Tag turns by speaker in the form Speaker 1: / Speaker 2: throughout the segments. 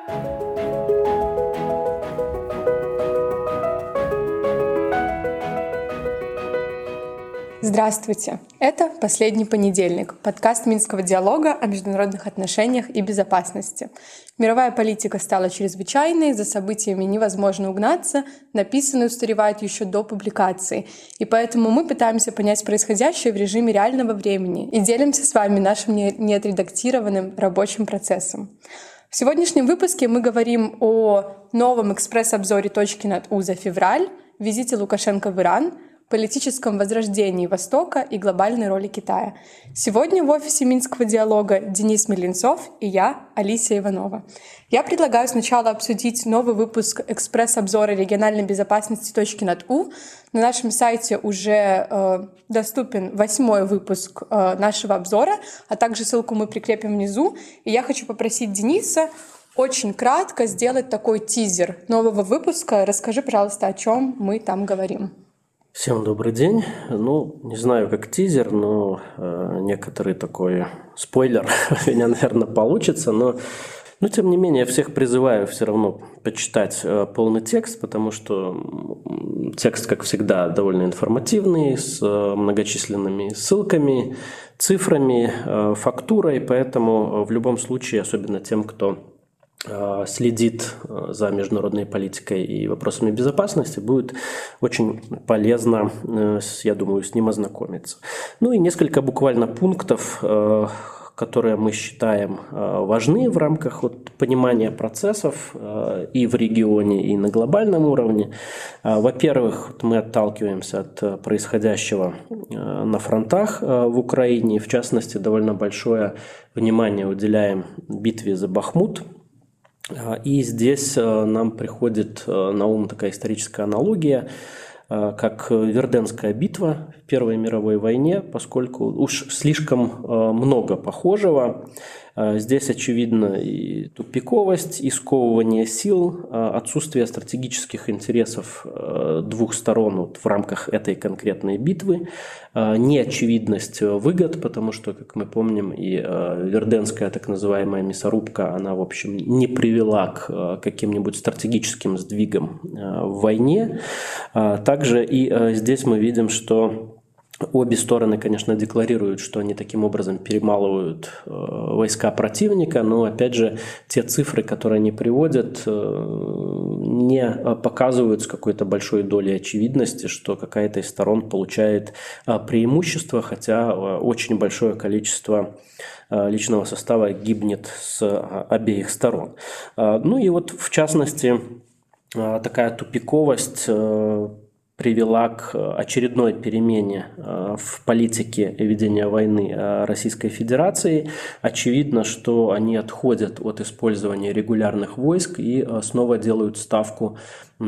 Speaker 1: Здравствуйте! Это «Последний понедельник» — подкаст Минского диалога о международных отношениях и безопасности. Мировая политика стала чрезвычайной, за событиями невозможно угнаться, написанное устаревает еще до публикации. И поэтому мы пытаемся понять происходящее в режиме реального времени и делимся с вами нашим неотредактированным рабочим процессом. В сегодняшнем выпуске мы говорим о новом экспресс-обзоре «Точки над У» за февраль, визите Лукашенко в Иран, политическом возрождении Востока и глобальной роли Китая. Сегодня в офисе Минского диалога Денис Меленцов и я, Алисия Иванова. Я предлагаю сначала обсудить новый выпуск экспресс-обзора региональной безопасности «Точки над У». На нашем сайте уже доступен 8-й выпуск нашего обзора, а также ссылку мы прикрепим внизу. И я хочу попросить Дениса очень кратко сделать такой тизер нового выпуска. Расскажи, пожалуйста, о чем мы там говорим.
Speaker 2: Всем добрый день. Не знаю, как тизер, но некоторый такой спойлер у меня, наверное, получится. Но тем не менее, я всех призываю все равно почитать полный текст, потому что текст, как всегда, довольно информативный, с многочисленными ссылками, цифрами, фактурой. Поэтому в любом случае, особенно тем, кто следит за международной политикой и вопросами безопасности, будет очень полезно, я думаю, с ним ознакомиться. И несколько буквально пунктов, которые мы считаем важны в рамках понимания процессов и в регионе, и на глобальном уровне. Во-первых, мы отталкиваемся от происходящего на фронтах в Украине. В частности, довольно большое внимание уделяем битве за Бахмут. И здесь нам приходит на ум такая историческая аналогия, как Верденская битва в Первой мировой войне, поскольку уж слишком много похожего. Здесь очевидно и тупиковость, и сковывание сил, отсутствие стратегических интересов двух сторон в рамках этой конкретной битвы, неочевидность выгод, потому что, как мы помним, и Верденская так называемая мясорубка, она, в общем, не привела к каким-нибудь стратегическим сдвигам в войне. Также и здесь мы видим, что обе стороны, конечно, декларируют, что они таким образом перемалывают войска противника, но, опять же, те цифры, которые они приводят, не показывают с какой-то большой долей очевидности, что какая-то из сторон получает преимущество, хотя очень большое количество личного состава гибнет с обеих сторон. В частности, такая тупиковость привела к очередной перемене в политике ведения войны Российской Федерации. Очевидно, что они отходят от использования регулярных войск и снова делают ставку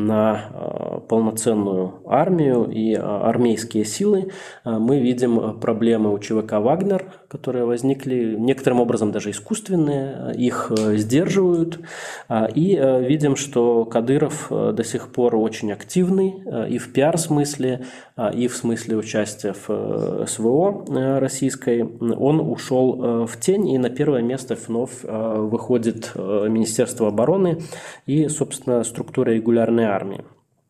Speaker 2: на полноценную армию и армейские силы. Мы видим проблемы у ЧВК «Вагнер», которые возникли некоторым образом даже искусственные, их сдерживают. И видим, что Кадыров до сих пор очень активный и в пиар-смысле, и в смысле участия в СВО российской. Он ушел в тень, и на первое место вновь выходит Министерство обороны и, собственно, структура регулярной армии.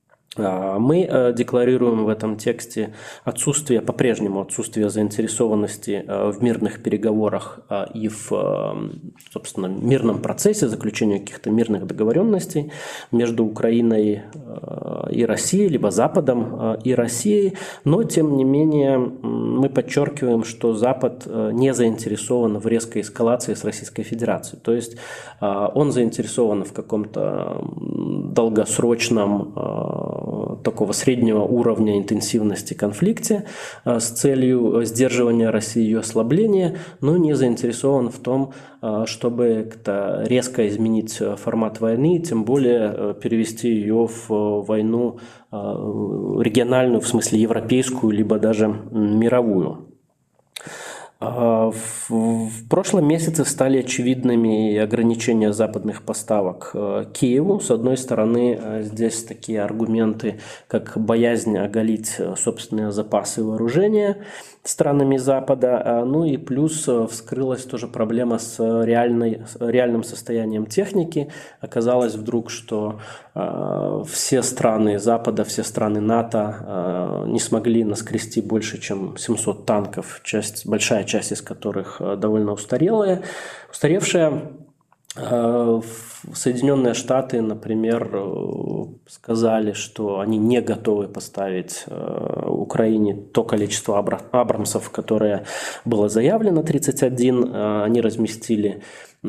Speaker 2: Мы декларируем в этом тексте по-прежнему отсутствие заинтересованности в мирных переговорах и в, собственно, мирном процессе заключения каких-то мирных договоренностей между Украиной и Россией, либо Западом и Россией. Но, тем не менее, мы подчеркиваем, что Запад не заинтересован в резкой эскалации с Российской Федерацией. То есть он заинтересован в каком-то долгосрочном такого среднего уровня интенсивности конфликте с целью сдерживания России и ее ослабления, но не заинтересован в том, чтобы как-то резко изменить формат войны, тем более перевести ее в войну региональную, в смысле европейскую, либо даже мировую. В прошлом месяце стали очевидными и ограничения западных поставок Киеву. С одной стороны, здесь такие аргументы, как боязнь оголить собственные запасы вооружения странами Запада. Ну и плюс вскрылась тоже проблема с реальным состоянием техники. Оказалось вдруг, что все страны Запада, все страны НАТО не смогли наскрести больше, чем 700 танков, большая часть из которых довольно устаревшая. Соединенные Штаты, например, сказали, что они не готовы поставить Украине то количество абрамсов, которое было заявлено, 31. Они разместили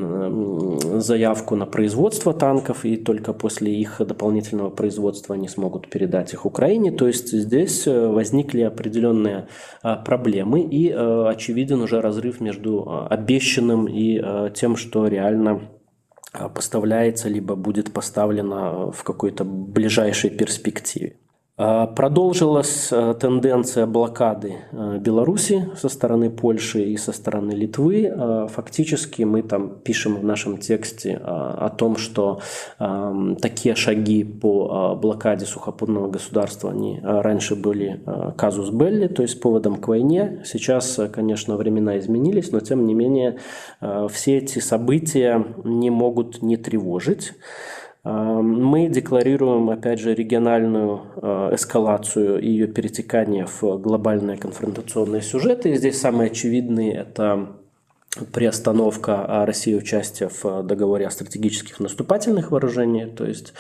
Speaker 2: заявку на производство танков, и только после их дополнительного производства они смогут передать их Украине. То есть здесь возникли определенные проблемы, и очевиден уже разрыв между обещанным и тем, что реально поставляется, либо будет поставлено в какой-то ближайшей перспективе. Продолжилась тенденция блокады Беларуси со стороны Польши и со стороны Литвы. Фактически мы там пишем в нашем тексте о том, что такие шаги по блокаде сухопутного государства, они раньше были казус белли, то есть поводом к войне. Сейчас, конечно, времена изменились, но тем не менее все эти события не могут не тревожить. Мы декларируем, опять же, региональную эскалацию и ее перетекание в глобальные конфронтационные сюжеты. И здесь самые очевидные – это приостановка России участия в договоре о стратегических наступательных вооружениях, то есть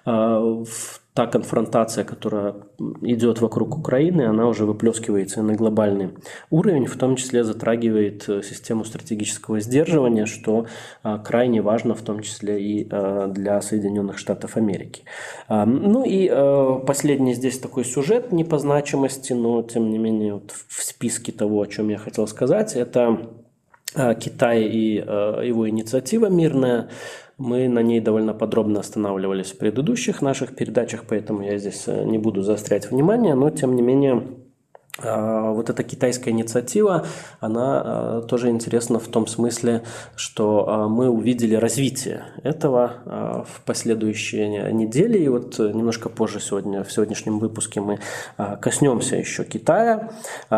Speaker 2: та конфронтация, которая идет вокруг Украины, она уже выплескивается на глобальный уровень, в том числе затрагивает систему стратегического сдерживания, что крайне важно, в том числе и для Соединенных Штатов Америки. Ну и последний здесь такой сюжет не по значимости, но тем не менее вот в списке того, о чем я хотел сказать, это Китай и его инициатива мирная. Мы на ней довольно подробно останавливались в предыдущих наших передачах, поэтому я здесь не буду заострять внимание, но тем не менее вот эта китайская инициатива, она тоже интересна в том смысле, что мы увидели развитие этого в последующие недели. И вот немножко позже сегодня, в сегодняшнем выпуске мы коснемся еще Китая.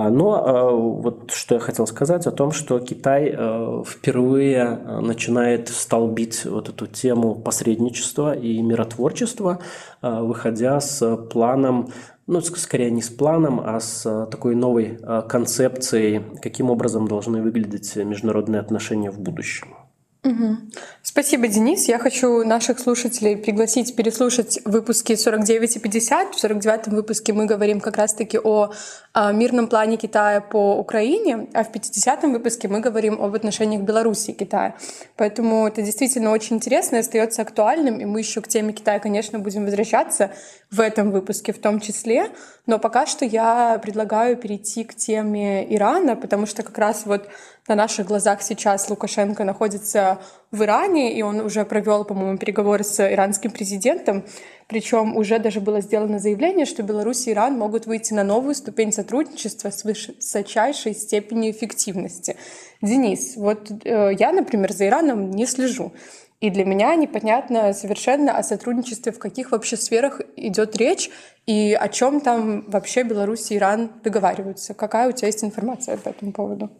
Speaker 2: Но вот что я хотел сказать о том, что Китай впервые начинает столбить вот эту тему посредничества и миротворчества, выходя с планом, ну, скорее не с планом, а с такой новой концепцией, каким образом должны выглядеть международные отношения в будущем.
Speaker 1: Угу. Спасибо, Денис. Я хочу наших слушателей пригласить переслушать выпуски 49 и 50. В 49-м выпуске мы говорим как раз-таки о мирном плане Китая по Украине, а в 50-м выпуске мы говорим об отношениях Беларуси и Китая. Поэтому это действительно очень интересно и остается актуальным, и мы еще к теме Китая, конечно, будем возвращаться в этом выпуске в том числе. Но пока что я предлагаю перейти к теме Ирана, потому что как раз вот на наших глазах сейчас Лукашенко находится в Иране, и он уже провел, по-моему, переговоры с иранским президентом. Причем уже даже было сделано заявление, что Беларусь и Иран могут выйти на новую ступень сотрудничества с высочайшей степенью эффективности. Денис, вот я, например, за Ираном не слежу. И для меня непонятно совершенно о сотрудничестве, в каких вообще сферах идет речь и о чем там вообще Беларусь и Иран договариваются. Какая у тебя есть информация по этому поводу?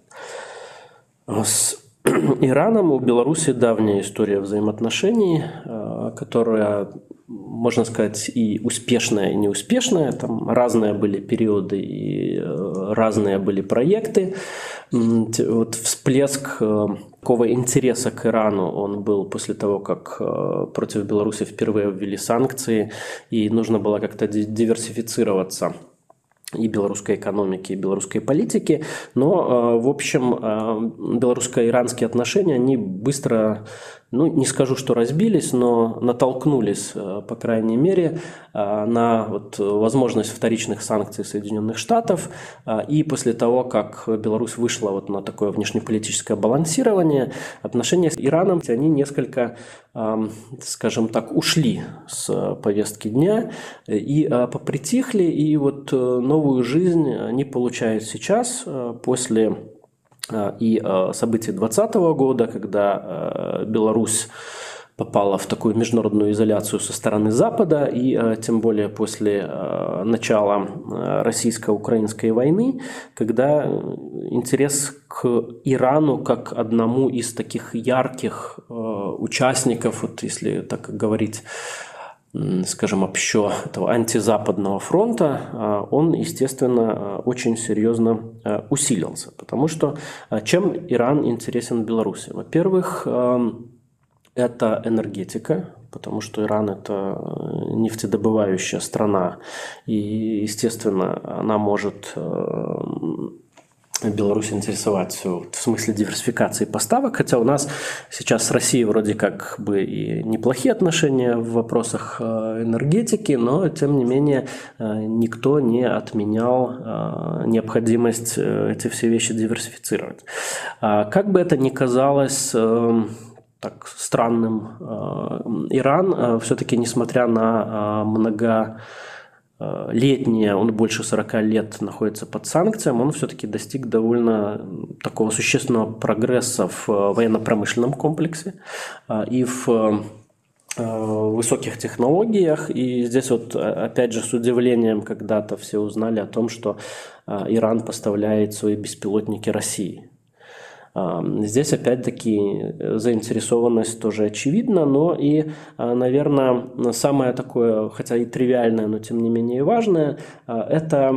Speaker 2: С Ираном у Беларуси давняя история взаимоотношений, которая, можно сказать, и успешная, и неуспешная. Там разные были периоды и разные были проекты. Вот всплеск такого интереса к Ирану, он был после того, как против Беларуси впервые ввели санкции, и нужно было как-то диверсифицироваться и белорусской экономики, и белорусской политики. Но, в общем, белорусско-иранские отношения, они быстро, ну, не скажу, что разбились, но натолкнулись, по крайней мере, на вот возможность вторичных санкций Соединенных Штатов. И после того, как Беларусь вышла вот на такое внешнеполитическое балансирование, отношения с Ираном, они несколько, скажем так, ушли с повестки дня и попритихли, и вот новую жизнь они получают сейчас, после и событий 2020 года, когда Беларусь попала в такую международную изоляцию со стороны Запада, и тем более после начала российско-украинской войны, когда интерес к Ирану как одному из таких ярких участников, вот если так говорить, скажем, общо этого антизападного фронта, он, естественно, очень серьезно усилился. Потому что чем Иран интересен Беларуси? Во-первых, это энергетика, потому что Иран – это нефтедобывающая страна, и, естественно, она может Беларусь интересовать в смысле диверсификации поставок, хотя у нас сейчас с Россией вроде как бы и неплохие отношения в вопросах энергетики, но тем не менее никто не отменял необходимость эти все вещи диверсифицировать. Как бы это ни казалось так странным, Иран все-таки, несмотря на многолетние, он больше 40 лет находится под санкциями, он все-таки достиг довольно такого существенного прогресса в военно-промышленном комплексе и в высоких технологиях. И здесь вот опять же с удивлением когда-то все узнали о том, что Иран поставляет свои беспилотники России. Здесь опять-таки заинтересованность тоже очевидна, но и, наверное, самое такое, хотя и тривиальное, но тем не менее важное, это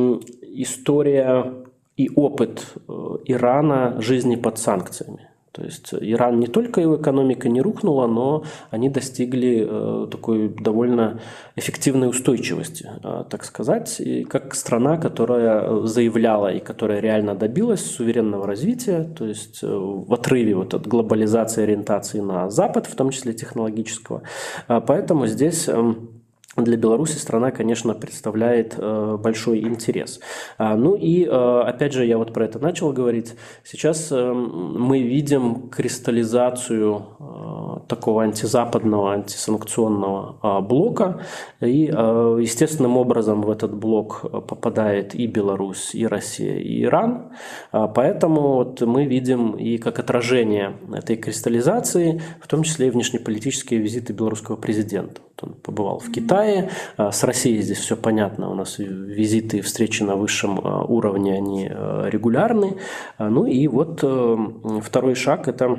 Speaker 2: история и опыт Ирана жизни под санкциями. То есть Иран не только его экономика не рухнула, но они достигли такой довольно эффективной устойчивости, так сказать, и как страна, которая заявляла и которая реально добилась суверенного развития, то есть в отрыве вот от глобализации, ориентации на Запад, в том числе технологического. Поэтому здесь для Беларуси страна, конечно, представляет большой интерес. Ну и, опять же, я вот про это начал говорить. Сейчас мы видим кристаллизацию такого антизападного, антисанкционного блока. И естественным образом в этот блок попадает и Беларусь, и Россия, и Иран. Поэтому вот мы видим и как отражение этой кристаллизации, в том числе и внешнеполитические визиты белорусского президента. Он побывал в Китае, с Россией здесь все понятно, у нас визиты и встречи на высшем уровне, они регулярны. Ну и вот второй шаг – это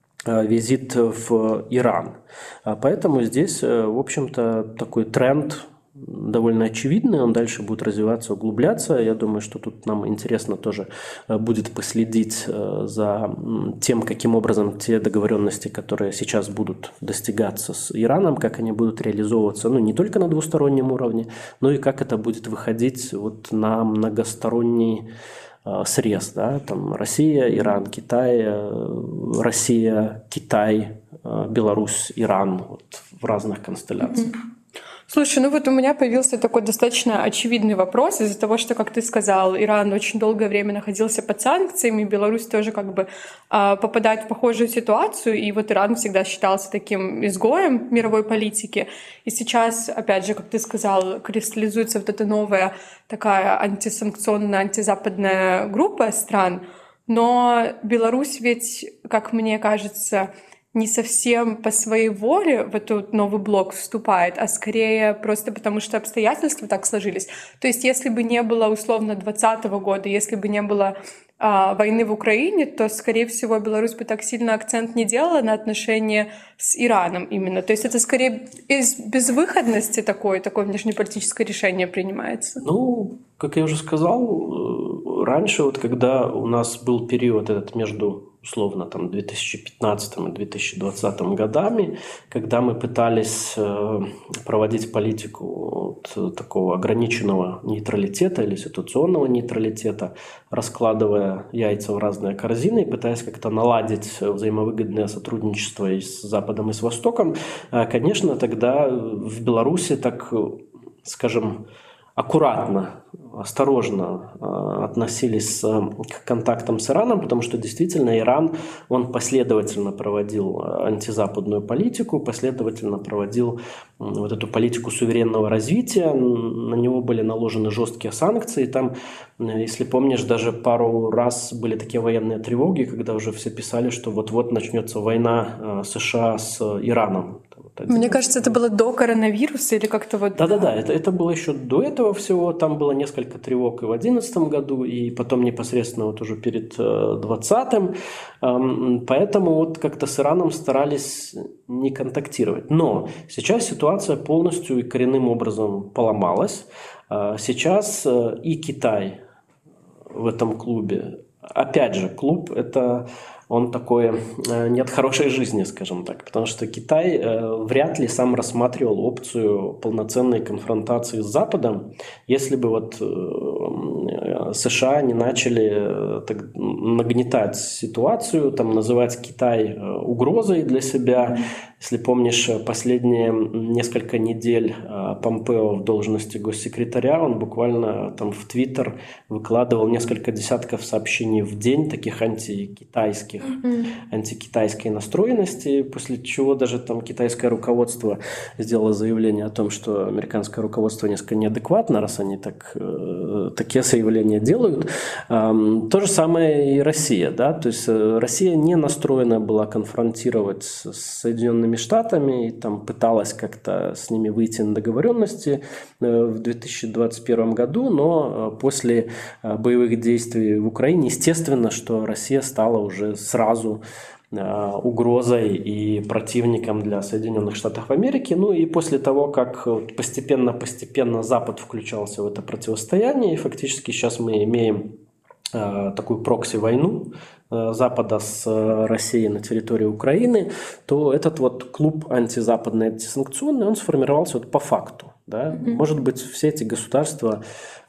Speaker 2: визит в Иран. Поэтому здесь, в общем-то, такой тренд довольно очевидный, он дальше будет развиваться, углубляться. Я думаю, что тут нам интересно тоже будет последить за тем, каким образом те договоренности, которые сейчас будут достигаться с Ираном, как они будут реализовываться, ну, не только на двустороннем уровне, но и как это будет выходить вот на многосторонний срез, да, там Россия, Иран, Китай, Россия, Китай, Беларусь, Иран, вот в разных констелляциях.
Speaker 1: Слушай, ну вот у меня появился такой достаточно очевидный вопрос из-за того, что, как ты сказал, Иран очень долгое время находился под санкциями, Беларусь тоже как бы попадает в похожую ситуацию, и вот Иран всегда считался таким изгоем мировой политики. И сейчас, опять же, как ты сказал, кристаллизуется вот эта новая такая антисанкционная, антизападная группа стран, но Беларусь ведь, как мне кажется, не совсем по своей воле в этот новый блок вступает, а скорее просто потому, что обстоятельства так сложились. То есть если бы не было условно 2020 года, если бы не было войны в Украине, то, скорее всего, Беларусь бы так сильно акцент не делала на отношения с Ираном именно. То есть это скорее из безвыходности такое внешнеполитическое решение принимается.
Speaker 2: Ну, как я уже сказал, раньше, вот когда у нас был период этот между условно там 2015 и 2020 годами, когда мы пытались проводить политику вот такого ограниченного нейтралитета или ситуационного нейтралитета, раскладывая яйца в разные корзины и пытаясь как-то наладить взаимовыгодное сотрудничество и с Западом, и с Востоком, конечно, тогда в Беларуси так, скажем, аккуратно осторожно относились к контактам с Ираном, потому что действительно Иран, он последовательно проводил антизападную политику, последовательно проводил вот эту политику суверенного развития, на него были наложены жесткие санкции, там, если помнишь, даже пару раз были такие военные тревоги, когда уже все писали, что вот-вот начнется война США с Ираном.
Speaker 1: Мне кажется, это было до коронавируса или как-то вот...
Speaker 2: Да-да-да, это было еще до этого всего, там было несколько тревог и в 2011 году, и потом непосредственно вот уже перед 2020, поэтому вот как-то с Ираном старались не контактировать. Но сейчас ситуация полностью и коренным образом поломалась. Сейчас и Китай в этом клубе, опять же, клуб это... Он такой не от хорошей жизни, скажем так, потому что Китай вряд ли сам рассматривал опцию полноценной конфронтации с Западом, если бы вот США не начали так нагнетать ситуацию, там, называть Китай угрозой для себя. Если помнишь, последние несколько недель Помпео в должности госсекретаря, он буквально там в Твиттер выкладывал несколько десятков сообщений в день, таких антикитайских, антикитайской настроенности, после чего даже там китайское руководство сделало заявление о том, что американское руководство несколько неадекватно, раз они такие заявления делают. То же самое и Россия, да, то есть Россия не настроена была конфронтировать с Соединенными Штатами и там пыталась как-то с ними выйти на договоренности в 2021 году, но после боевых действий в Украине, естественно, что Россия стала уже сразу угрозой и противником для Соединенных Штатов Америки. Ну и после того, как постепенно Запад включался в это противостояние, и фактически сейчас мы имеем такую прокси-войну Запада с Россией на территории Украины, то этот вот клуб антизападный, антисанкционный, он сформировался вот по факту. Да? Может быть, все эти государства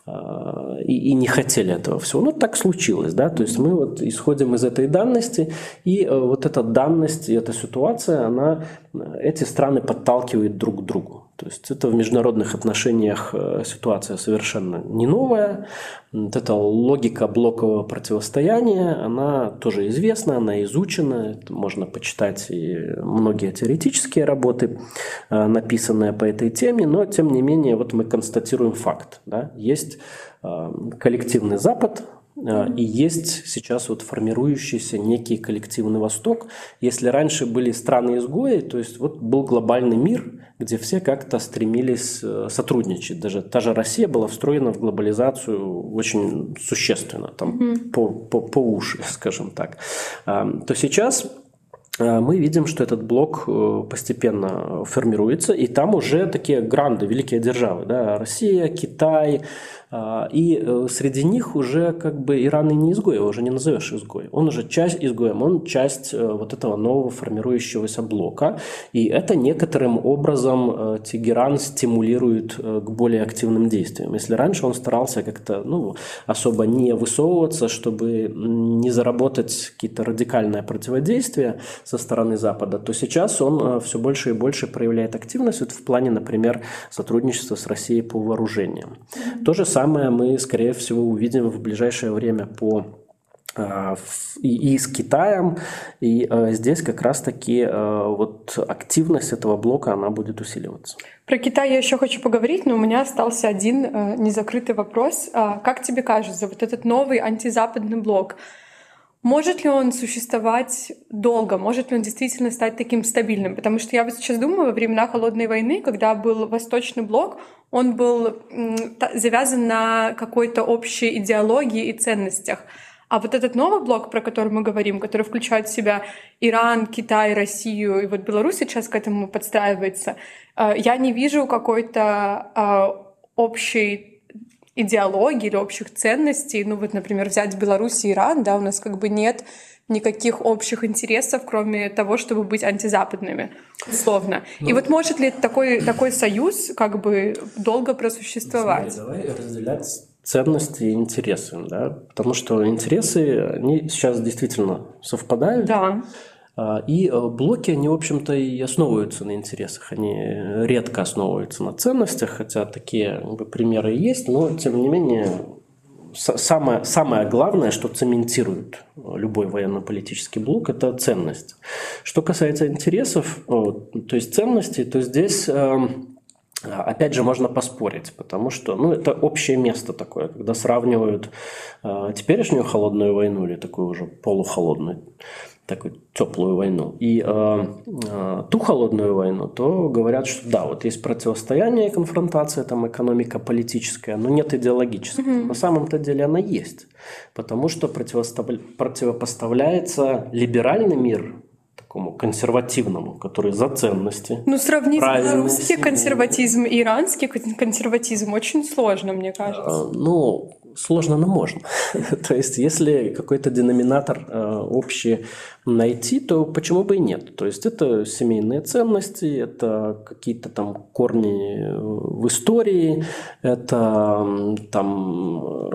Speaker 2: и не хотели этого всего. Но так случилось, да, то есть мы вот исходим из этой данности, и вот эта данность и эта ситуация, эти страны подталкивают друг к другу. То есть это в международных отношениях ситуация совершенно не новая. Вот эта логика блокового противостояния, она тоже известна, она изучена. Это можно почитать и многие теоретические работы, написанные по этой теме, но тем не менее вот мы констатируем факт. Да? Есть коллективный Запад, и есть сейчас вот формирующийся некий коллективный Восток. Если раньше были страны-изгои, то есть вот был глобальный мир, где все как-то стремились сотрудничать. Даже та же Россия была встроена в глобализацию очень существенно, там, по уши, скажем так. То сейчас мы видим, что этот блок постепенно формируется, и там уже такие гранды, великие державы, да, Россия, Китай, и среди них уже как бы Иран и не изгой, его уже не назовешь изгоем. Он уже изгоем, он часть вот этого нового формирующегося блока, и это некоторым образом Тегеран стимулирует к более активным действиям. Если раньше он старался как-то особо не высовываться, чтобы не заработать какие-то радикальные противодействия со стороны Запада, то сейчас он все больше и больше проявляет активность вот в плане, например, сотрудничества с Россией по вооружениям. То же самое мы, скорее всего, увидим в ближайшее время и с Китаем, и здесь как раз-таки вот активность этого блока, она будет усиливаться.
Speaker 1: Про Китай я еще хочу поговорить, но у меня остался один незакрытый вопрос. Как тебе кажется, вот этот новый антизападный блок, может ли он существовать долго? Может ли он действительно стать таким стабильным? Потому что я вот сейчас думаю, во времена Холодной войны, когда был Восточный блок, он был завязан на какой-то общей идеологии и ценностях. А вот этот новый блок, про который мы говорим, который включает в себя Иран, Китай, Россию, и вот Беларусь сейчас к этому подстраивается, я не вижу какой-то общей идеологии или общих ценностей. Ну вот, например, взять Беларусь и Иран, да, у нас как бы нет никаких общих интересов, кроме того, чтобы быть антизападными, условно. И вот может ли такой союз как бы долго просуществовать?
Speaker 2: Смотри, давай разделять ценности и интересы, да, потому что интересы, они сейчас действительно совпадают.
Speaker 1: Да.
Speaker 2: И блоки, они, в общем-то, и основываются на интересах. Они редко основываются на ценностях, хотя такие примеры есть, но, тем не менее, самое главное, что цементирует любой военно-политический блок, это ценность. Что касается интересов, то есть ценностей, то здесь... Опять же, можно поспорить, потому что это общее место такое, когда сравнивают теперешнюю холодную войну или такую уже полухолодную, такую теплую войну и ту холодную войну, то говорят, что да, вот есть противостояние, конфронтация, там экономика политическая, но нет идеологической. На самом-то деле она есть, потому что противопоставляется либеральный мир такому консервативному, который за ценности.
Speaker 1: Сравнить белорусский консерватизм и иранский консерватизм очень сложно, мне кажется.
Speaker 2: Сложно, но можно. То есть, если какой-то деноминатор общий найти, то почему бы и нет? То есть, это семейные ценности, это какие-то там корни в истории, это там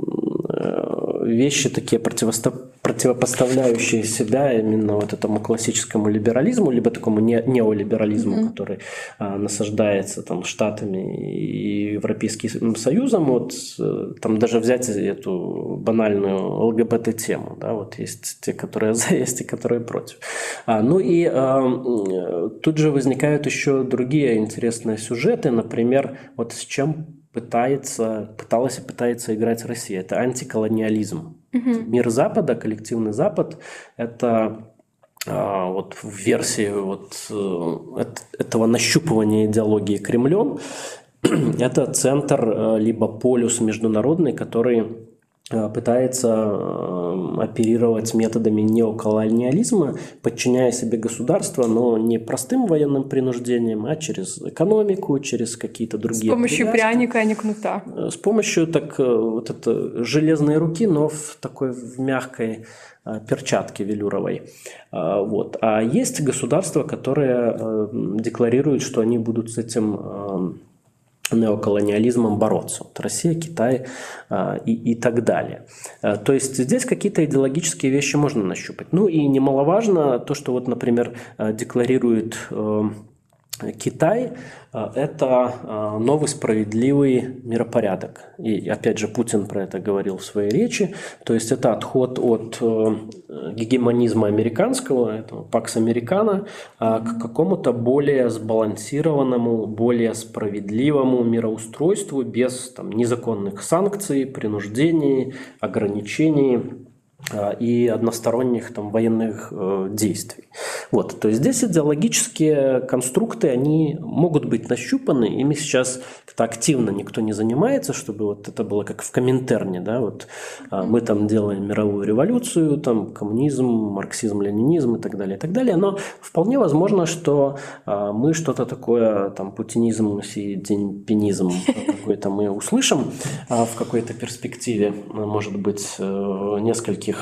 Speaker 2: вещи такие противопоставляющие себя именно вот этому классическому либерализму, либо такому неолиберализму, который насаждается там Штатами и Европейским Союзом. Вот там даже взять эту банальную ЛГБТ-тему, да, вот есть те, которые за, есть те, которые против. Тут же возникают еще другие интересные сюжеты, например, вот с чем пыталась и пытается играть Россия. Это антиколониализм. Мир Запада, коллективный Запад, это вот в версии этого нащупывания идеологии Кремлем, это центр либо полюс международный, который пытается оперировать методами неоколониализма, подчиняя себе государство, но не простым военным принуждением, а через экономику, через какие-то другие...
Speaker 1: С помощью пряника, а не кнута.
Speaker 2: С помощью железной руки, но в мягкой перчатке велюровой. А есть государства, которые декларируют, что они будут с этим неоколониализмом бороться. Вот Россия, Китай и так далее. То есть здесь какие-то идеологические вещи можно нащупать. И немаловажно то, что вот, например, декларирует Китай, это новый справедливый миропорядок. И опять же Путин про это говорил в своей речи. То есть это отход от гегемонизма американского, этого Пакс Американо, к какому-то более сбалансированному, более справедливому мироустройству без незаконных санкций, принуждений, ограничений и односторонних военных действий. То есть здесь идеологические конструкты, они могут быть нащупаны, ими сейчас как-то активно никто не занимается, чтобы это было как в Коминтерне, да, мы там делаем мировую революцию, коммунизм, марксизм, ленинизм и так далее, но вполне возможно, что мы что-то такое, путинизм, сиденьпинизм какой-то мы услышим в какой-то перспективе, может быть, нескольких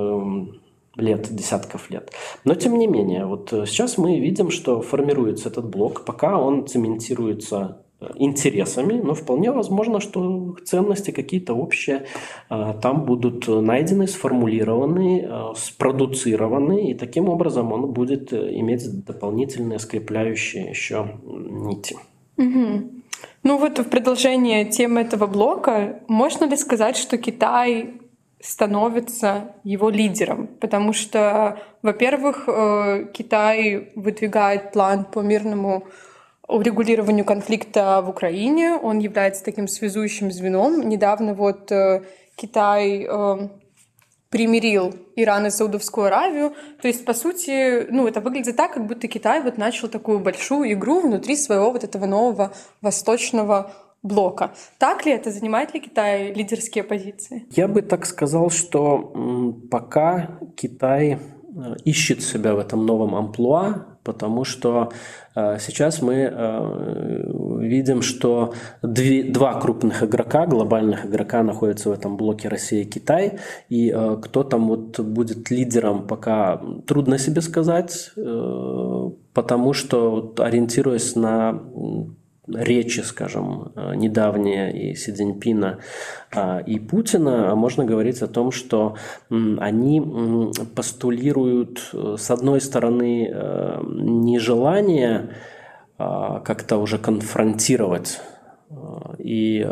Speaker 2: лет, десятков лет. Но тем не менее, сейчас мы видим, что формируется этот блок, пока он цементируется интересами, но вполне возможно, что ценности какие-то общие там будут найдены, сформулированы, спродуцированы, и таким образом он будет иметь дополнительные скрепляющие еще нити.
Speaker 1: В продолжение темы этого блока, можно ли сказать, что Китай становится его лидером? Потому что, во-первых, Китай выдвигает план по мирному урегулированию конфликта в Украине. Он является таким связующим звеном. Недавно Китай примирил Иран и Саудовскую Аравию. То есть, по сути, это выглядит так, как будто Китай начал такую большую игру внутри своего этого нового восточного блока. Так ли это? Занимает ли Китай лидерские позиции?
Speaker 2: Я бы так сказал, что пока Китай ищет себя в этом новом амплуа, потому что сейчас мы видим, что два крупных игрока, глобальных игрока находятся в этом блоке Россия и Китай, и кто там будет лидером, пока трудно себе сказать, потому что ориентируясь на речи, скажем, недавние и Си Цзиньпина, и Путина, можно говорить о том, что они постулируют, с одной стороны, нежелание как-то уже конфронтировать и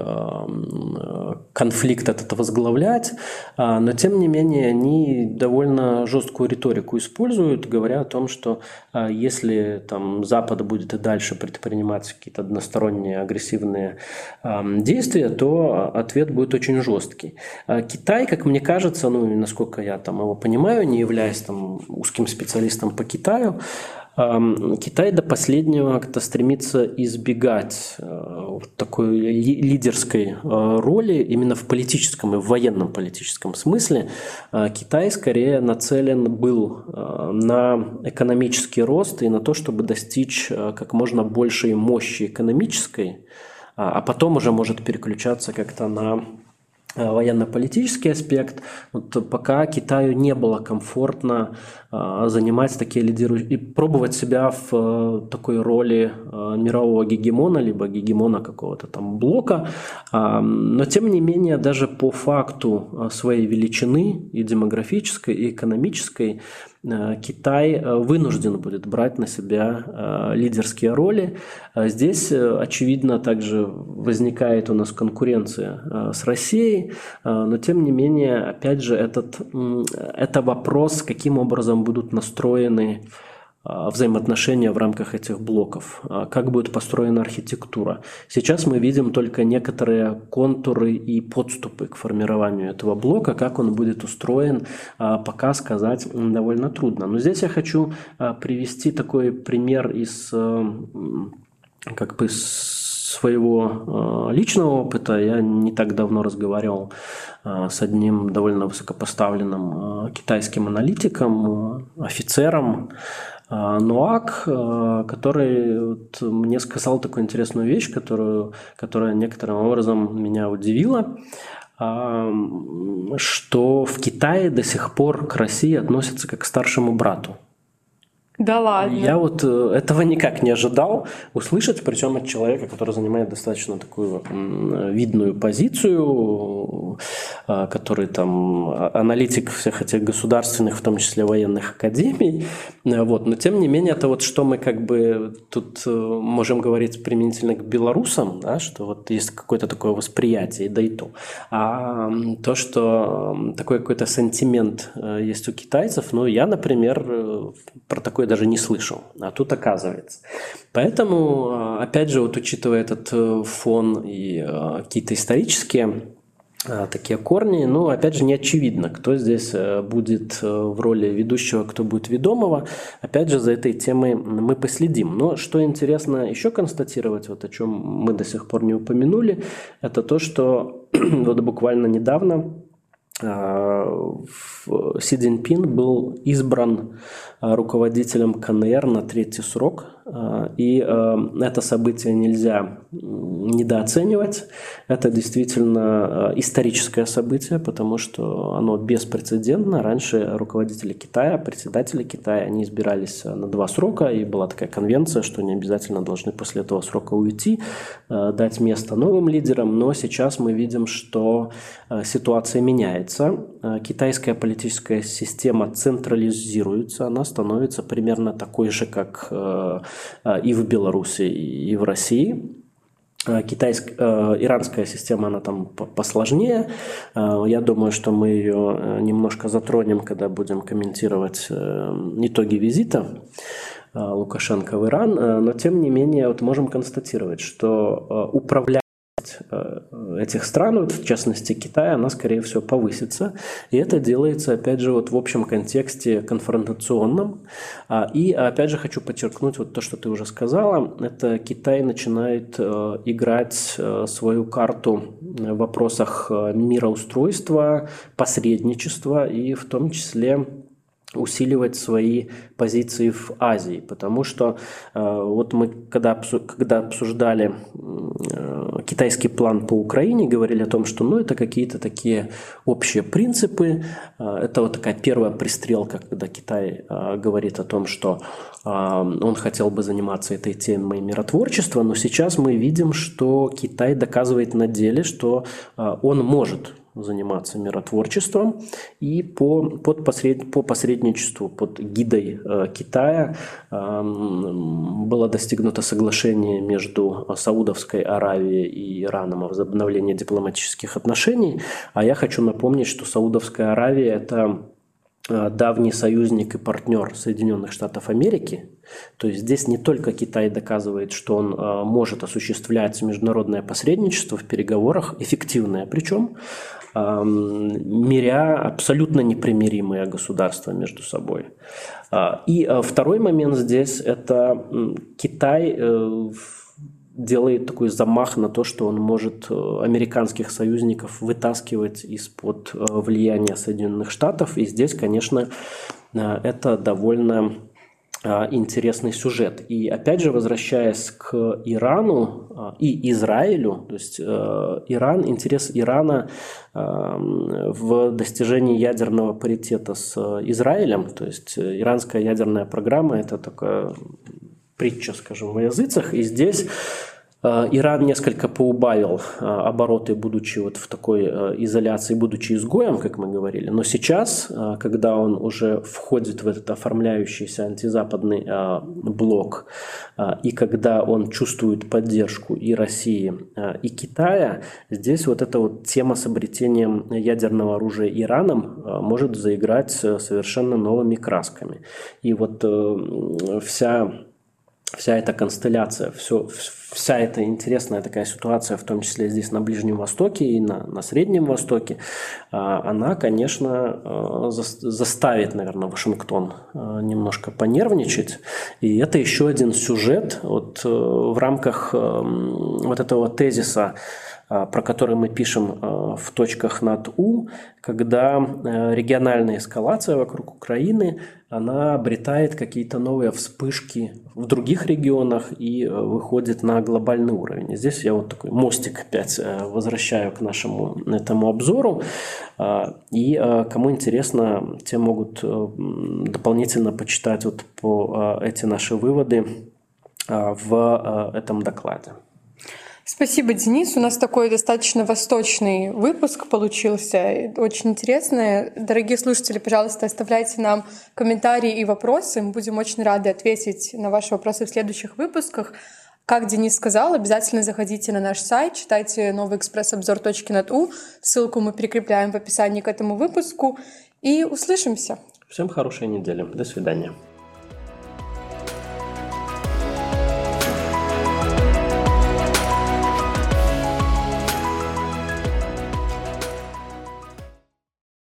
Speaker 2: конфликт этот возглавлять, но тем не менее они довольно жесткую риторику используют, говоря о том, что если там Запад будет и дальше предпринимать какие-то односторонние агрессивные действия, то ответ будет очень жесткий. Китай, как мне кажется, ну насколько я там его понимаю, не являясь там узким специалистом по Китаю, Китай до последнего как-то стремится избегать такой лидерской роли именно в политическом и в военном политическом смысле. Китай скорее нацелен был на экономический рост и на то, чтобы достичь как можно большей мощи экономической, а потом уже может переключаться как-то на военно-политический аспект. Вот пока Китаю не было комфортно занимать такие лидирующие и пробовать себя в такой роли мирового гегемона, либо гегемона какого-то там блока. Но тем не менее, даже по факту своей величины и демографической, и экономической, Китай вынужден будет брать на себя лидерские роли. Здесь, очевидно, также возникает у нас конкуренция с Россией, но тем не менее, опять же, это вопрос, каким образом будут настроены взаимоотношения в рамках этих блоков, как будет построена архитектура. Сейчас мы видим только некоторые контуры и подступы к формированию этого блока, как он будет устроен, пока сказать довольно трудно. Но здесь я хочу привести такой пример из как бы своего личного опыта. Я не так давно разговаривал с одним довольно высокопоставленным китайским аналитиком, офицером, Нуак, который вот мне сказал такую интересную вещь, которая некоторым образом меня удивила, что в Китае до сих пор к России относятся как к старшему брату.
Speaker 1: Да ладно.
Speaker 2: Я вот этого никак не ожидал услышать, причем от человека, который занимает достаточно такую видную позицию, который там аналитик всех этих государственных, в том числе военных академий. Вот. Но тем не менее, это вот что мы как бы тут можем говорить применительно к белорусам, да, что вот есть какое-то такое восприятие, да и то. А то, что такой какой-то сантимент есть у китайцев, ну я, например, про такое даже не слышал, а тут оказывается. Поэтому, опять же, вот учитывая этот фон и какие-то исторические такие корни, ну, опять же, не очевидно, кто здесь будет в роли ведущего, кто будет ведомого. Опять же, за этой темой мы последим. Но что интересно еще констатировать, вот о чем мы до сих пор не упомянули, это то, что вот буквально недавно Си Цзиньпин был избран руководителем КНР на 3-й срок, и это событие нельзя недооценивать. Это действительно историческое событие, потому что оно беспрецедентно. Раньше руководители Китая, председатели Китая, они избирались на 2 срока, и была такая конвенция, что они обязательно должны после этого срока уйти, дать место новым лидерам. Но сейчас мы видим, что ситуация меняется. Китайская политическая система централизируется, она становится примерно такой же, как и в Беларуси, и в России. Иранская система, она там посложнее. Я думаю, что мы ее немножко затронем, когда будем комментировать итоги визита Лукашенко в Иран. Но тем не менее, вот можем констатировать, что управлять этих стран, вот в частности Китая, она, скорее всего, повысится. И это делается, опять же, вот в общем контексте конфронтационном. И, опять же, хочу подчеркнуть вот то, что ты уже сказала. Это Китай начинает играть свою карту в вопросах мироустройства, посредничества и в том числе усиливать свои позиции в Азии, потому что вот мы, когда обсуждали китайский план по Украине, говорили о том, что это какие-то такие общие принципы, это вот такая первая пристрелка, когда Китай говорит о том, что он хотел бы заниматься этой темой миротворчества, но сейчас мы видим, что Китай доказывает на деле, что он может заниматься миротворчеством, и по посредничеству, под гидой Китая было достигнуто соглашение между Саудовской Аравией и Ираном о возобновлении дипломатических отношений. А я хочу напомнить, что Саудовская Аравия – это давний союзник и партнер Соединенных Штатов Америки. То есть здесь не только Китай доказывает, что он может осуществлять международное посредничество в переговорах, эффективное причем, миря абсолютно непримиримые государства между собой. И второй момент здесь – это Китай делает такой замах на то, что он может американских союзников вытаскивать из-под влияния Соединенных Штатов. И здесь, конечно, это довольно интересный сюжет. И опять же, возвращаясь к Ирану и Израилю, то есть интерес Ирана в достижении ядерного паритета с Израилем, то есть иранская ядерная программа – это такая притча, скажем, во языцах, и здесь Иран несколько поубавил обороты, будучи вот в такой изоляции, будучи изгоем, как мы говорили. Но сейчас, когда он уже входит в этот оформляющийся антизападный блок, и когда он чувствует поддержку и России, и Китая, здесь вот эта вот тема с обретением ядерного оружия Ираном может заиграть совершенно новыми красками. И вот вся эта констелляция, вся эта интересная такая ситуация, в том числе здесь на Ближнем Востоке и на Среднем Востоке, она, конечно, заставит, наверное, Вашингтон немножко понервничать. И это еще один сюжет вот в рамках вот этого тезиса, про который мы пишем в точках над «У», когда региональная эскалация вокруг Украины, она обретает какие-то новые вспышки в других регионах и выходит на глобальный уровень. И здесь я вот такой мостик опять возвращаю к нашему этому обзору. И кому интересно, те могут дополнительно почитать вот эти наши выводы в этом докладе.
Speaker 1: Спасибо, Денис. У нас такой достаточно восточный выпуск получился. Очень интересный. Дорогие слушатели, пожалуйста, оставляйте нам комментарии и вопросы. Мы будем очень рады ответить на ваши вопросы в следующих выпусках. Как Денис сказал, обязательно заходите на наш сайт, читайте новый экспресс-обзор «Точки над У». Ссылку мы прикрепляем в описании к этому выпуску. И услышимся.
Speaker 2: Всем хорошей недели. До свидания.